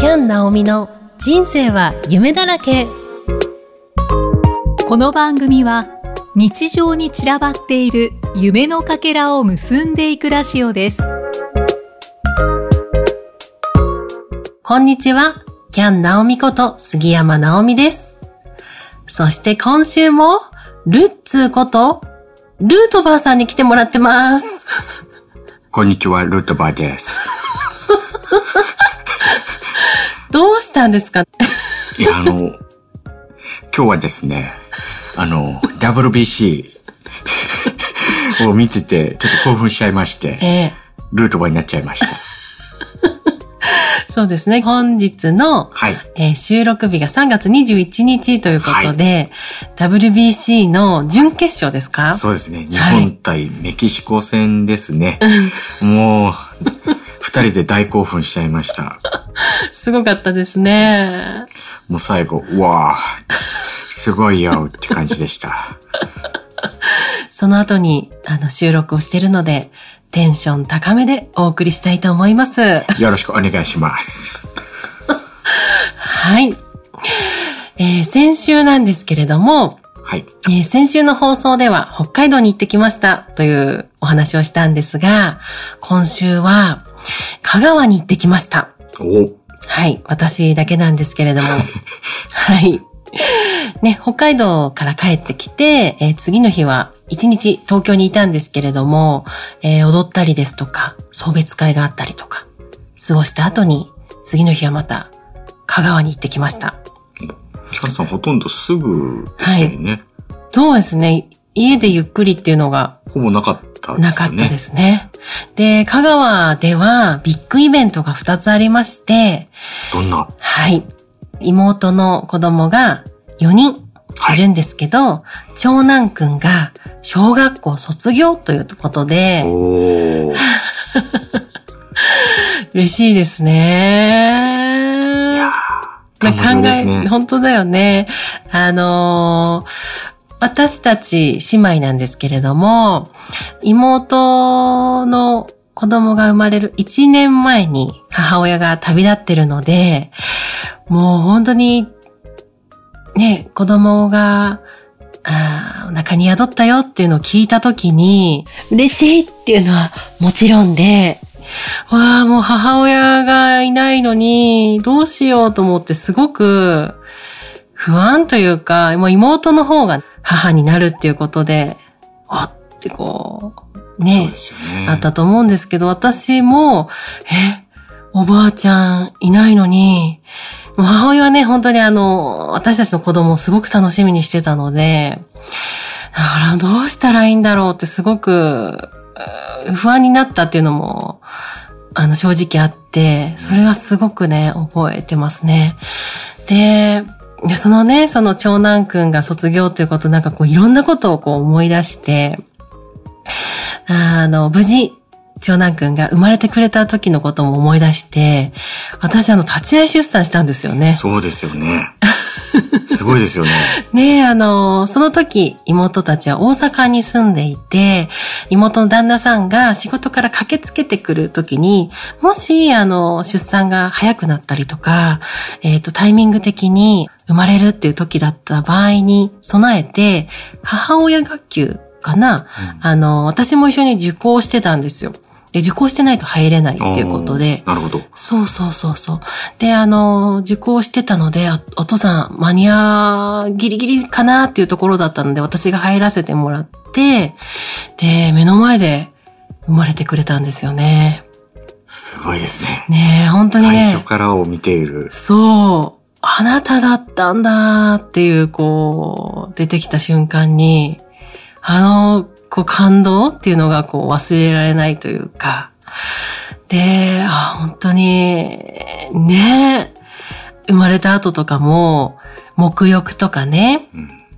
キャン・ナオミの人生は夢だらけ。 この番組は日常に散らばっている夢のかけらを結んでいくラジオです。 こんにちは、キャン・ナオミこと杉山直美です。そして今週もルッツーことルートバーさんに来てもらってます。 こんにちは、ルートバーです。 どうしたんですか？ いや、今日はですね、WBC を見てて、ちょっと興奮しちゃいまして、ルートバーになっちゃいました。 そうですね。本日の、収録日が3月21日ということで、WBC の準決勝ですか？ そうですね。日本対メキシコ戦ですね。もう、二人で大興奮しちゃいました。 すごかったですね。 もう最後、うわー、すごいよって感じでした。 その後に、収録をしているので、テンション高めでお送りしたいと思います。 よろしくお願いします。 はい。先週なんですけれども、先週の放送では北海道に行ってきましたというお話をしたんですが、今週は香川に行ってきました。はい。私だけなんですけれども。はい。ね、北海道から帰ってきて、次の日は一日東京にいたんですけれども、踊ったりですとか、送別会があったりとか、過ごした後に、次の日はまた香川に行ってきました。 キャンさんほとんどすぐでしたよね。 そうですね。家でゆっくりっていうのがほぼなかったですね。 なかったですね。で、香川ではビッグイベントが2つありまして、 どんな？ はい。妹の子供が4人いるんですけど、長男くんが小学校卒業ということで、嬉しいですね。 いやー、感動ですね。 本当だよね。私たち姉妹なんですけれども、妹の子供が生まれる1年前に母親が旅立ってるので、もう本当にね、子供がお腹に宿ったよっていうのを聞いたときに、嬉しいっていうのはもちろんで、わあ、もう母親がいないのにどうしようと思ってすごく不安というか、もう妹の方が母になるっていうことで、おってこう、ね、あったと思うんですけど、私も、おばあちゃんいないのに、母親はね、本当に私たちの子供をすごく楽しみにしてたので、だからどうしたらいいんだろうってすごく不安になったっていうのも、正直あって、それがすごくね、覚えてますね。で、その長男くんが卒業ということ、なんかこういろんなことをこう思い出して、無事、長男くんが生まれてくれた時のことも思い出して、私立ち会い出産したんですよね。 そうですよね。すごいですよね。 ねえ、その時、妹たちは大阪に住んでいて、妹の旦那さんが仕事から駆けつけてくる時に、もし、出産が早くなったりとか、タイミング的に生まれるっていう時だった場合に備えて、母親学級かな、私も一緒に受講してたんですよ。で、受講してないと入れないっていうことで。 なるほど。 そう。で、受講してたので、お父さん、ギリギリかなっていうところだったので、私が入らせてもらって、で、目の前で生まれてくれたんですよね。 すごいですね。 ねえ、本当にね。 最初からを見ている。 そう。あなただったんだっていう、こう、出てきた瞬間に、感動っていうのが忘れられないというか。で、本当に、ね、生まれた後とかも、沐浴とかね、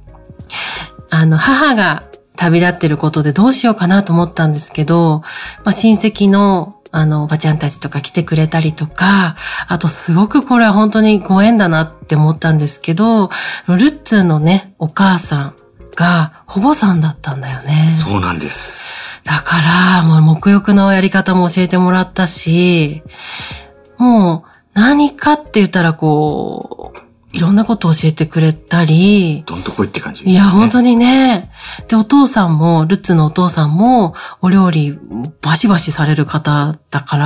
母が旅立ってることでどうしようかなと思ったんですけど、親戚のおばちゃんたちとか来てくれたりとか、あとすごくこれは本当にご縁だなって思ったんですけど、ルッツーのね、お母さんが保母さんだったんだよね。 そうなんです。 だから、もう沐浴のやり方も教えてもらったし、もう、 何かって言ったらこう、いろんなことを教えてくれたり。 どんとこいって感じですね。 いや、本当にね。で、お父さんも、ルッツのお父さんも、お料理バシバシされる方だから、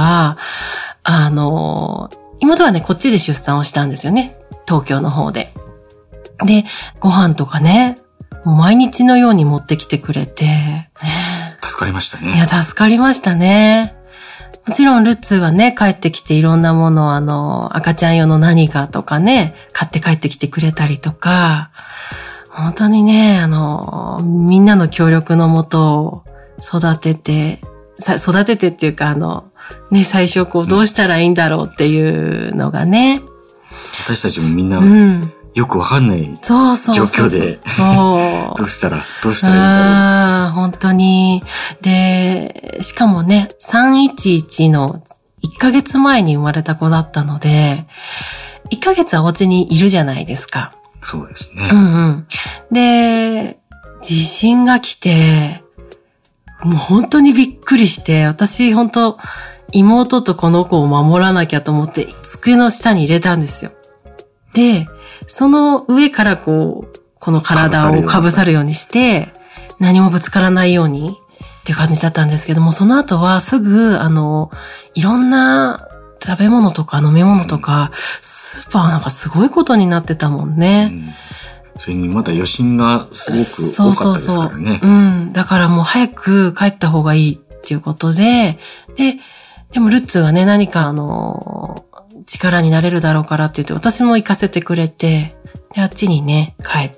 妹はね、こっちで出産をしたんですよね。東京の方で。で、ご飯とかね、もう毎日のように持ってきてくれて。 助かりましたね。 いや、助かりましたね。もちろんルッツがね、帰ってきていろんなものを赤ちゃん用の何かとかね、買って帰ってきてくれたりとか、本当にね、みんなの協力のもと育ててっていうかね、最初こうどうしたらいいんだろうっていうのがね。 私たちもみんな、よくわかんない状況で、どうしたらいいんだろう。 本当に。で、しかもね、311の1ヶ月前に生まれた子だったので、1ヶ月はお家にいるじゃないですか。 そうですね。 で、地震が来て、もう本当にびっくりして、私本当、妹とこの子を守らなきゃと思って、机の下に入れたんですよ。で、その上からこの体をかぶさるようにして、何もぶつからないようにっていう感じだったんですけども、その後はすぐ、いろんな食べ物とか飲み物とか、スーパーなんかすごいことになってたもんね。 それにまだ余震がすごく多かったですからね。 だからもう早く帰った方がいいっていうことで、でもルッツがね、何か力になれるだろうからって言って、私も行かせてくれて、で、あっちにね、帰って、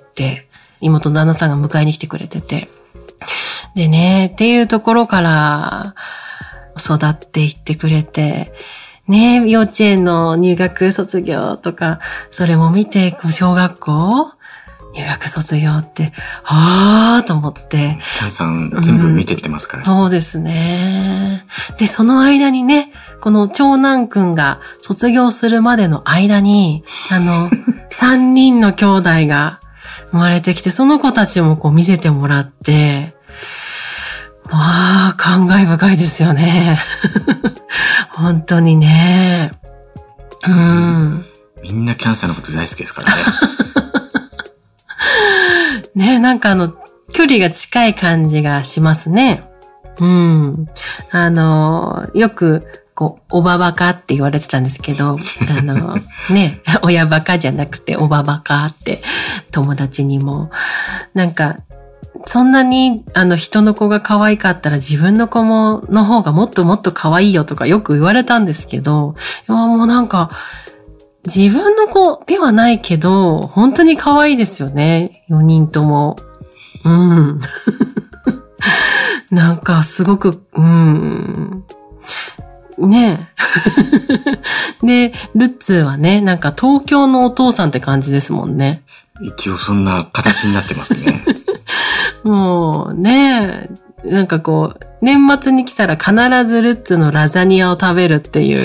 妹の旦那さんが迎えに来てくれてて。でね、っていうところから育っていってくれて、ね、幼稚園の入学卒業とか、それも見て、小学校入学卒業って、と思って。 キャンさん全部見てってますからね。 そうですね。で、その間にね、この長男くんが卒業するまでの間に、3人の兄弟が生まれてきて、その子たちもこう見せてもらって、感慨深いですよね。本当にね。 みんなキャンさんのこと大好きですからね。 ね、なんか距離が近い感じがしますね。よく、おばばかって言われてたんですけど、ね、親ばかじゃなくておばばかって友達にも、なんか、そんなに、人の子が可愛かったら自分の子の方がもっともっと可愛いよとかよく言われたんですけど、もうなんか、自分の子ではないけど、本当に可愛いですよね。4人とも。なんかすごく、ねえ。で、ルッツーはね、なんか東京のお父さんって感じですもんね。 一応そんな形になってますね。 もうね、なんか年末に来たら必ずルッツのラザニアを食べるっていう。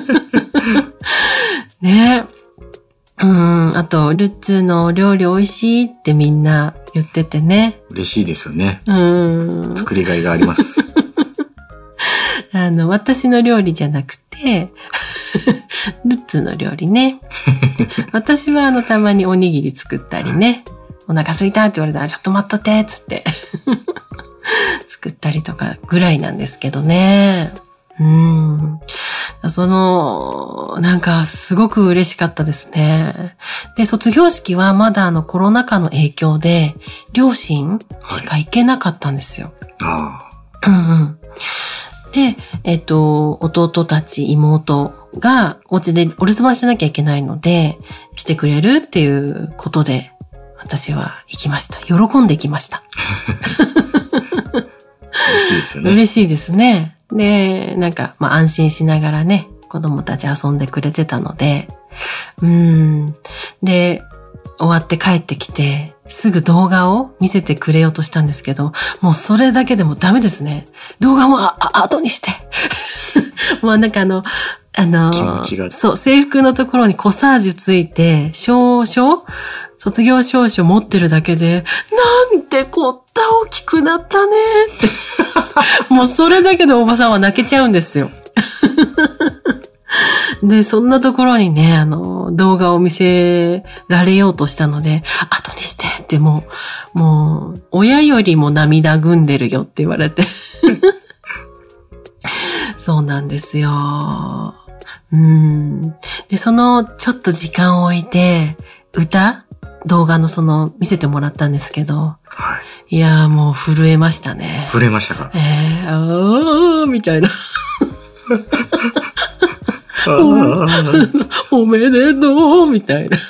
ね。あと、ルッツのお料理美味しいってみんな言っててね。 嬉しいですよね。作りがいがあります。 私の料理じゃなくて、ルッツの料理ね。私はたまにおにぎり作ったりね。お腹空いたって言われたら、ちょっと待っとってつって。作ったりとかぐらいなんですけどね。なんかすごく嬉しかったですね。で、卒業式はまだコロナ禍の影響で、両親しか行けなかったんですよ。で、弟たち、妹がお家でお留守番しなきゃいけないので、来てくれるっていうことで、私は行きました。喜んで行きました。 嬉しいですよね。 嬉しいですね。で、なんか、安心しながらね、子供たち遊んでくれてたので、で、終わって帰ってきて、すぐ動画を見せてくれようとしたんですけど、もうそれだけでもダメですね。動画も後にして。もうなんか気持ちが。 そう、制服のところにコサージュついて、卒業証書持ってるだけで、なんてこった大きくなったねって。もうそれだけでおばさんは泣けちゃうんですよ。 で、そんなところにね、動画を見せられようとしたので、後にしてってもう、親よりも涙ぐんでるよって言われて。そうなんですよ。で、ちょっと時間を置いて、動画の見せてもらったんですけど、はい。いやーもう震えましたね。 震えましたか？ みたいな。おめでとうみたいな。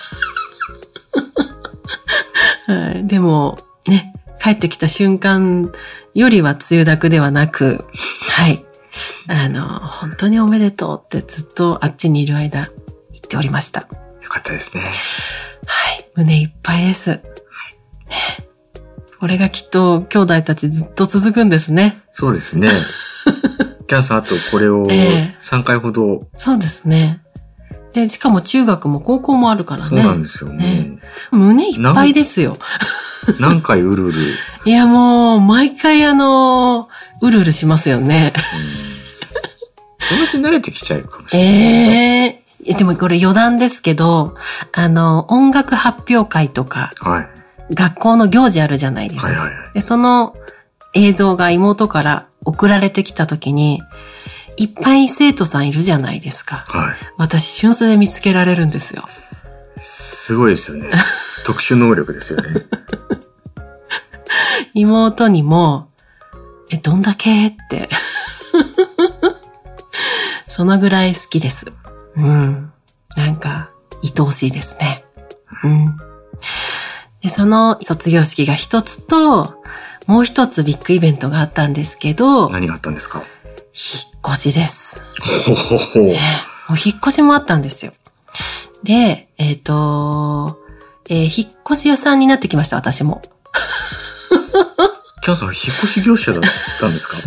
はい。でも、ね、帰ってきた瞬間よりはつゆだくではなく、はい。本当におめでとうってずっとあっちにいる間言っておりました。 よかったですね。 はい。胸いっぱいです。はい。ね。これがきっと兄弟たちずっと続くんですね。 そうですね。キャンさんあとこれを3回ほど、 そうですね。で、しかも中学も高校もあるからね。 そうなんですよね。 胸いっぱいですよ。 何回うるうる。 いやもう、毎回うるうるしますよね。 そのうち慣れてきちゃうかもしれないですよ。 でもこれ余談ですけど、音楽発表会とか、はい、学校の行事あるじゃないですか。はいはいはい、で、その映像が妹から送られてきたときに、いっぱい生徒さんいるじゃないですか。はい、私、瞬数で見つけられるんですよ。 すごいですよね。特殊能力ですよね。 妹にも、どんだけって。そのぐらい好きです。なんか、愛おしいですね。で、その卒業式が一つと、もう一つビッグイベントがあったんですけど。 何があったんですか？ 引っ越しです。もう引っ越しもあったんですよ。で、引っ越し屋さんになってきました、私も。 キャンさん、引っ越し業者だったんですか？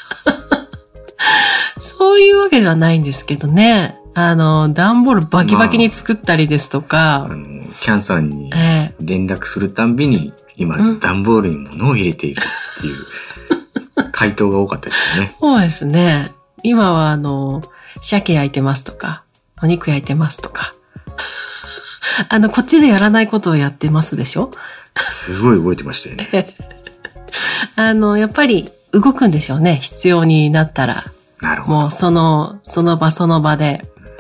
そういうわけではないんですけどね。段ボールバキバキに作ったりですとか。 キャンさんに連絡するたんびに、今、段ボールに物を入れているっていう回答が多かったですよね。 そうですね。今は鮭焼いてますとか、お肉焼いてますとか。こっちでやらないことをやってますでしょ？ すごい動いてましたよね。 やっぱり動くんでしょうね。必要になったら。 なるほど。 もうその場で。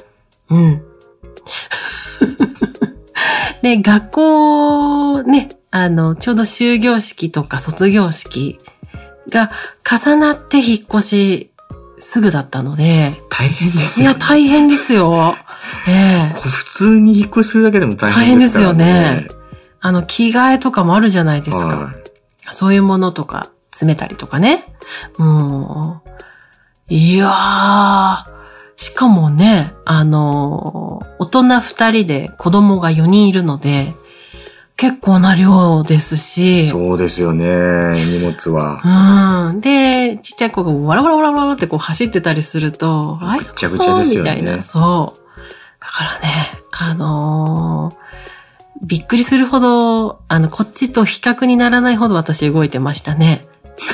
で、学校ね、ちょうど終業式とか卒業式が重なって引っ越しすぐだったので。 大変ですよね。 いや、大変ですよ。 普通に引っ越しするだけでも大変ですからね。 大変ですよね。着替えとかもあるじゃないですか。そういうものとか詰めたりとかね。いやー、しかもね、大人2人で子供が4人いるので、結構な量ですし。 そうですよね、荷物は。 で、ちっちゃい子がワラワラワラワラってこう走ってたりすると、 ぐちゃぐちゃですよね。 みたいな。そう。だからね、びっくりするほど、こっちと比較にならないほど私動いてましたね。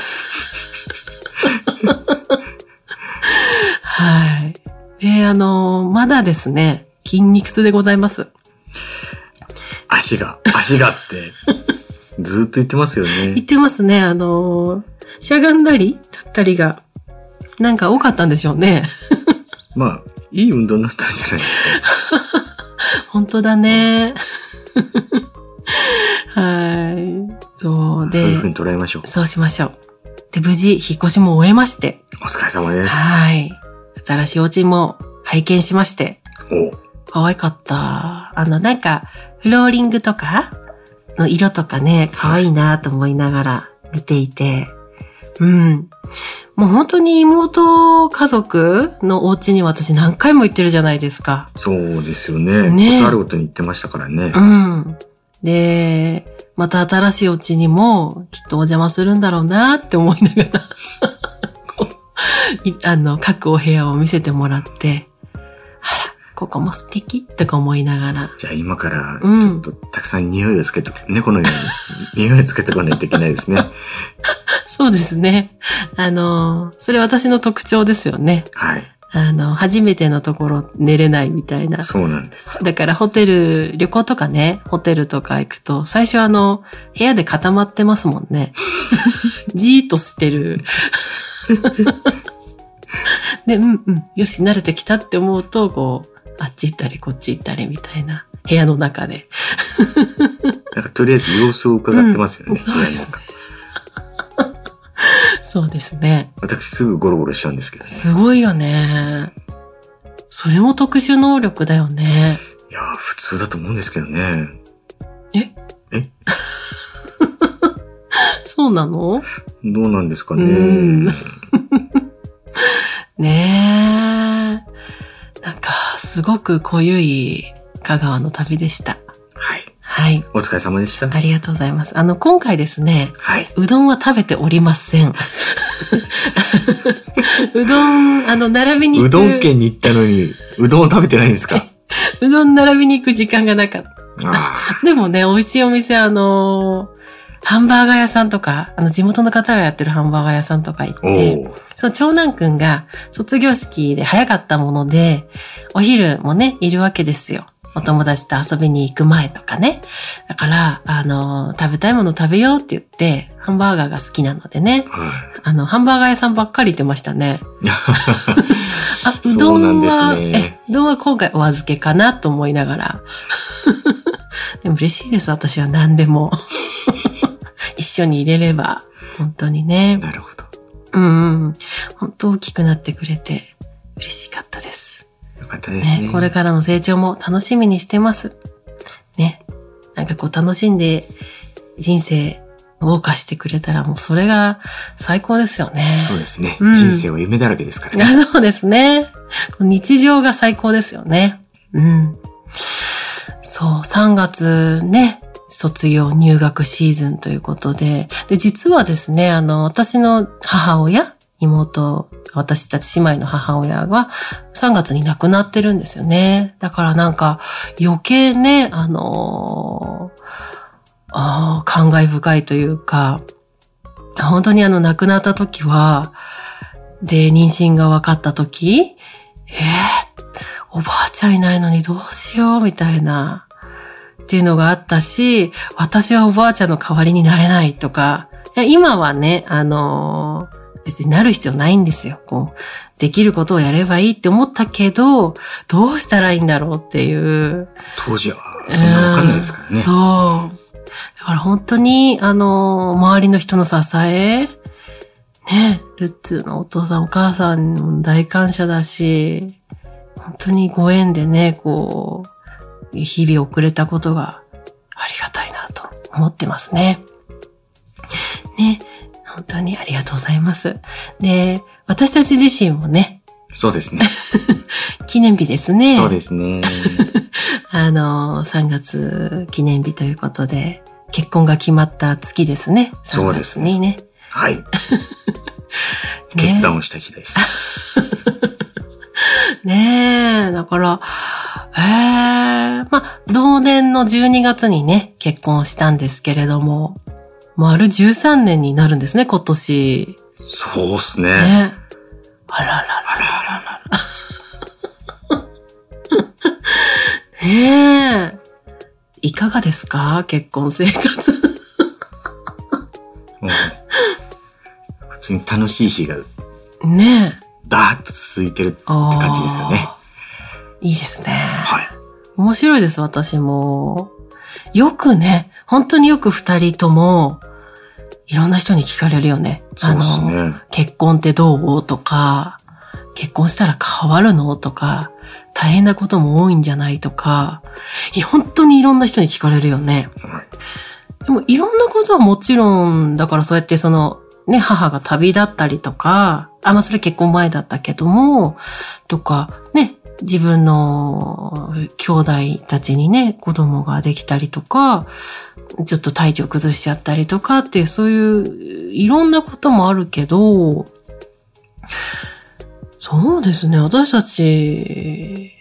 はい。で、まだですね、筋肉痛でございます。 足がって、ずっと言ってますよね。 言ってますね。しゃがんだり、立ったりが、なんか多かったんでしょうね。 まあ、いい運動になったんじゃないですか。 本当だね。はい。そうで。 そういう風に捉えましょう。 そうしましょう。で、無事、引っ越しも終えまして。 お疲れ様です。 はい。新しいお家も拝見しまして。 お、 可愛かった。なんか、フローリングとかの色とかね、可愛いなと思いながら見ていて。もう本当に妹家族のお家に私何回も行ってるじゃないですか。 そうですよね。ことあるごとに行ってましたからね。 で、また新しいお家にもきっとお邪魔するんだろうなって思いながら各お部屋を見せてもらって、あら、ここも素敵とか思いながら。 じゃあ今からちょっとたくさん匂いをつけて、猫のように匂いをつけてこないといけないですね。 そうですね。それ私の特徴ですよね。 はい。 初めてのところ寝れないみたいな。 そうなんですよ。 だから旅行とかね、ホテルとか行くと、最初部屋で固まってますもんね。じーっとしてる。で、よし、慣れてきたって思うと、こう、あっち行ったりこっち行ったりみたいな。部屋の中で。 なんかとりあえず様子を伺ってますよね。 そうですね。そうですね。 私すぐゴロゴロしちゃうんですけどね。 すごいよね。それも特殊能力だよね。 いやー、普通だと思うんですけどね。 えそうなの？ どうなんですかね。 ねえ。なんか、すごく濃ゆい香川の旅でした。 はい。 はい。 お疲れ様でした。 ありがとうございます。今回ですね、 はい。 うどんは食べておりません。うどん、並びに行く。 うどん県に行ったのに、うどんを食べてないんですか？ うどん並びに行く時間がなかった。でもね、美味しいお店、ハンバーガー屋さんとか、地元の方がやってるハンバーガー屋さんとか行って、長男くんが卒業式で早かったもので、お昼もね、いるわけですよ。お友達と遊びに行く前とかね。だから、食べたいもの食べようって言って、ハンバーガーが好きなのでね。ハンバーガー屋さんばっかり行ってましたね。うどんは、 そうなんですね。 うどんは今回お預けかなと思いながら。でも嬉しいです、私は何でも。一緒に入れれば、本当にね。 なるほど。 本当大きくなってくれて、嬉しかったです。 よかったですね。 これからの成長も楽しみにしてます。ね。なんかこう楽しんで人生を謳歌してくれたらもうそれが最高ですよね。 そうですね。人生は夢だらけですからね。そうですね。日常が最高ですよね。そう、3月ね、卒業入学シーズンということで、実はですね、私の母親、妹、私たち姉妹の母親が3月に亡くなってるんですよね。だからなんか余計ね、感慨深いというか、本当に亡くなった時は、で、妊娠が分かった時、おばあちゃんいないのにどうしようみたいな、っていうのがあったし、私はおばあちゃんの代わりになれないとか、今はね、別になる必要ないんですよ。こう、できることをやればいいって思ったけど、どうしたらいいんだろうっていう。 当時は、そんなわかんないですからね。 そう。だから本当に、周りの人の支え、ね、ルッツのお父さんお母さんにも大感謝だし、本当にご縁でね、こう、日々送れたことがありがたいなと思ってますね。ね。本当にありがとうございます。で、私たち自身もね。 そうですね。 記念日ですね。 そうですね。 3月記念日ということで、結婚が決まった月ですね。 そうですね。ね。 はい。決断をした日です。 ねえ、だから、同年の12月にね、結婚したんですけれども、丸13年になるんですね、今年。 そうっすね。 ね。あららららら。ねえ。いかがですか？結婚生活。 普通に楽しい日が、 ねえ。 ダーッと続いてるって感じですよね。 いいですね。 はい。 面白いです、私も。よくね、本当によく二人とも、いろんな人に聞かれるよね。 そうですね。 結婚ってどう？とか、結婚したら変わるの？とか、大変なことも多いんじゃない？とか、本当にいろんな人に聞かれるよね。 はい、 でもいろんなことはもちろん、だからそうやって母が旅立ったりとか、それ結婚前だったけども、とか、ね、自分の兄弟たちにね、子供ができたりとか、ちょっと体調崩しちゃったりとかっていう、そういういろんなこともあるけど、そうですね、私たち、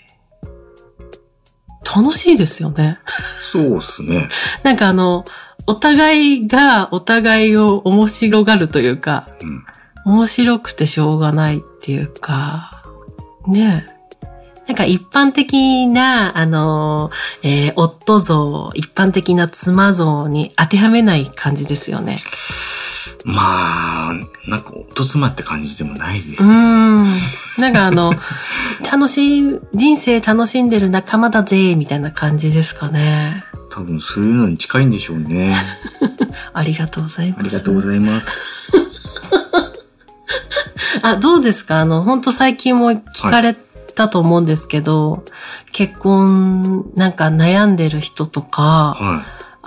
楽しいですよね。 そうっすね。 なんかお互いがお互いを面白がるというか、面白くてしょうがないっていうか、 ねえ。なんか一般的な、夫像、一般的な妻像に当てはめない感じですよね。 まあ、なんか夫妻って感じでもないですよ。 なんか人生楽しんでる仲間だぜ、みたいな感じですかね。 多分そういうのに近いんでしょうね。 ありがとうございます。 ありがとうございます。 どうですか？本当最近も聞かれたと思うんですけど、結婚なんか悩んでる人とか、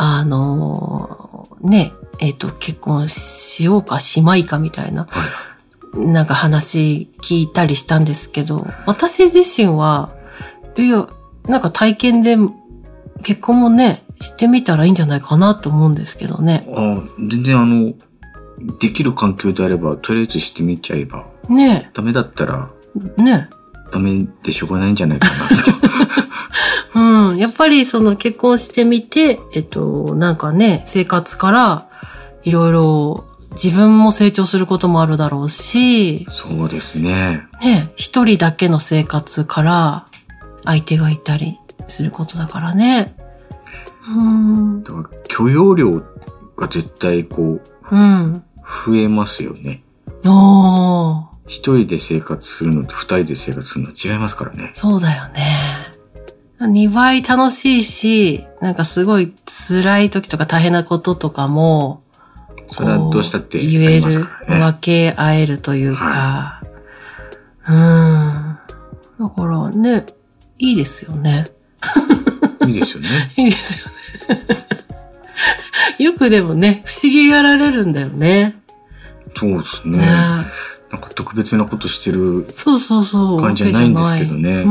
結婚しようかしまいかみたいな、なんか話聞いたりしたんですけど、私自身は、なんか体験で結婚もね、してみたらいいんじゃないかなと思うんですけどね。 全然できる環境であれば、とりあえずしてみちゃえば。 ねえ。 ダメだったら。 ねえ。 ダメでしょうがないんじゃないかなと。やっぱり結婚してみて、なんかね、生活からいろいろ自分も成長することもあるだろうし。 そうですね。 ね、一人だけの生活から相手がいたりすることだからね。 だから許容量が絶対増えますよね。一人で生活するのと二人で生活するのは違いますからね。 そうだよね。2倍楽しいし、なんかすごい辛い時とか大変なこととかも、 それはどうしたって言える、分け合えるというか、だからね、いいですよね。 いいですよね。 いいですよね。よくでもね、不思議がられるんだよね。 そうですね。なんか特別なことしてる感じじゃないんですけどね。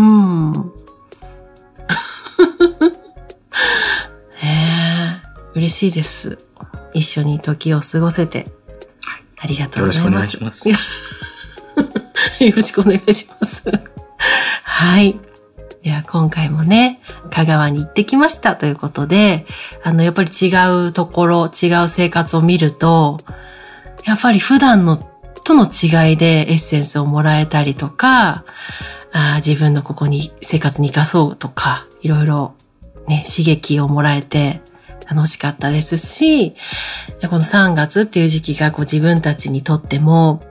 嬉しいです。一緒に時を過ごせて。ありがとうございます。よろしくお願いします。 よろしくお願いします。はい。では今回もね、香川に行ってきましたということで、やっぱり違うところ、違う生活を見ると、やっぱり普段のとの違いでエッセンスをもらえたりとか、自分のここに生活に生かそうとか、いろいろね、刺激をもらえて楽しかったですし、この3月っていう時期が自分たちにとっても、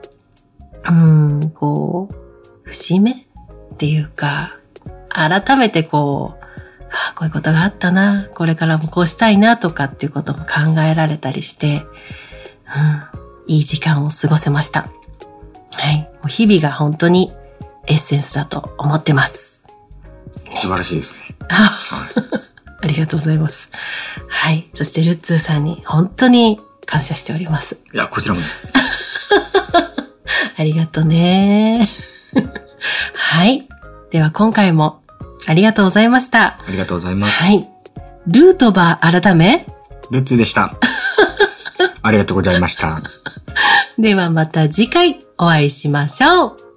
節目っていうか、改めてこういうことがあったな、これからもこうしたいなとかっていうことも考えられたりして、いい時間を過ごせました。はい。もう日々が本当にエッセンスだと思ってます。 素晴らしいですね。 ありがとうございます。はい。そしてルッツーさんに本当に感謝しております。 いや、こちらもです。 ありがとうね。はい。では今回もありがとうございました。 ありがとうございます。 はい。ルートバー改めルッツーでした。ありがとうございました。 ではまた次回お会いしましょう。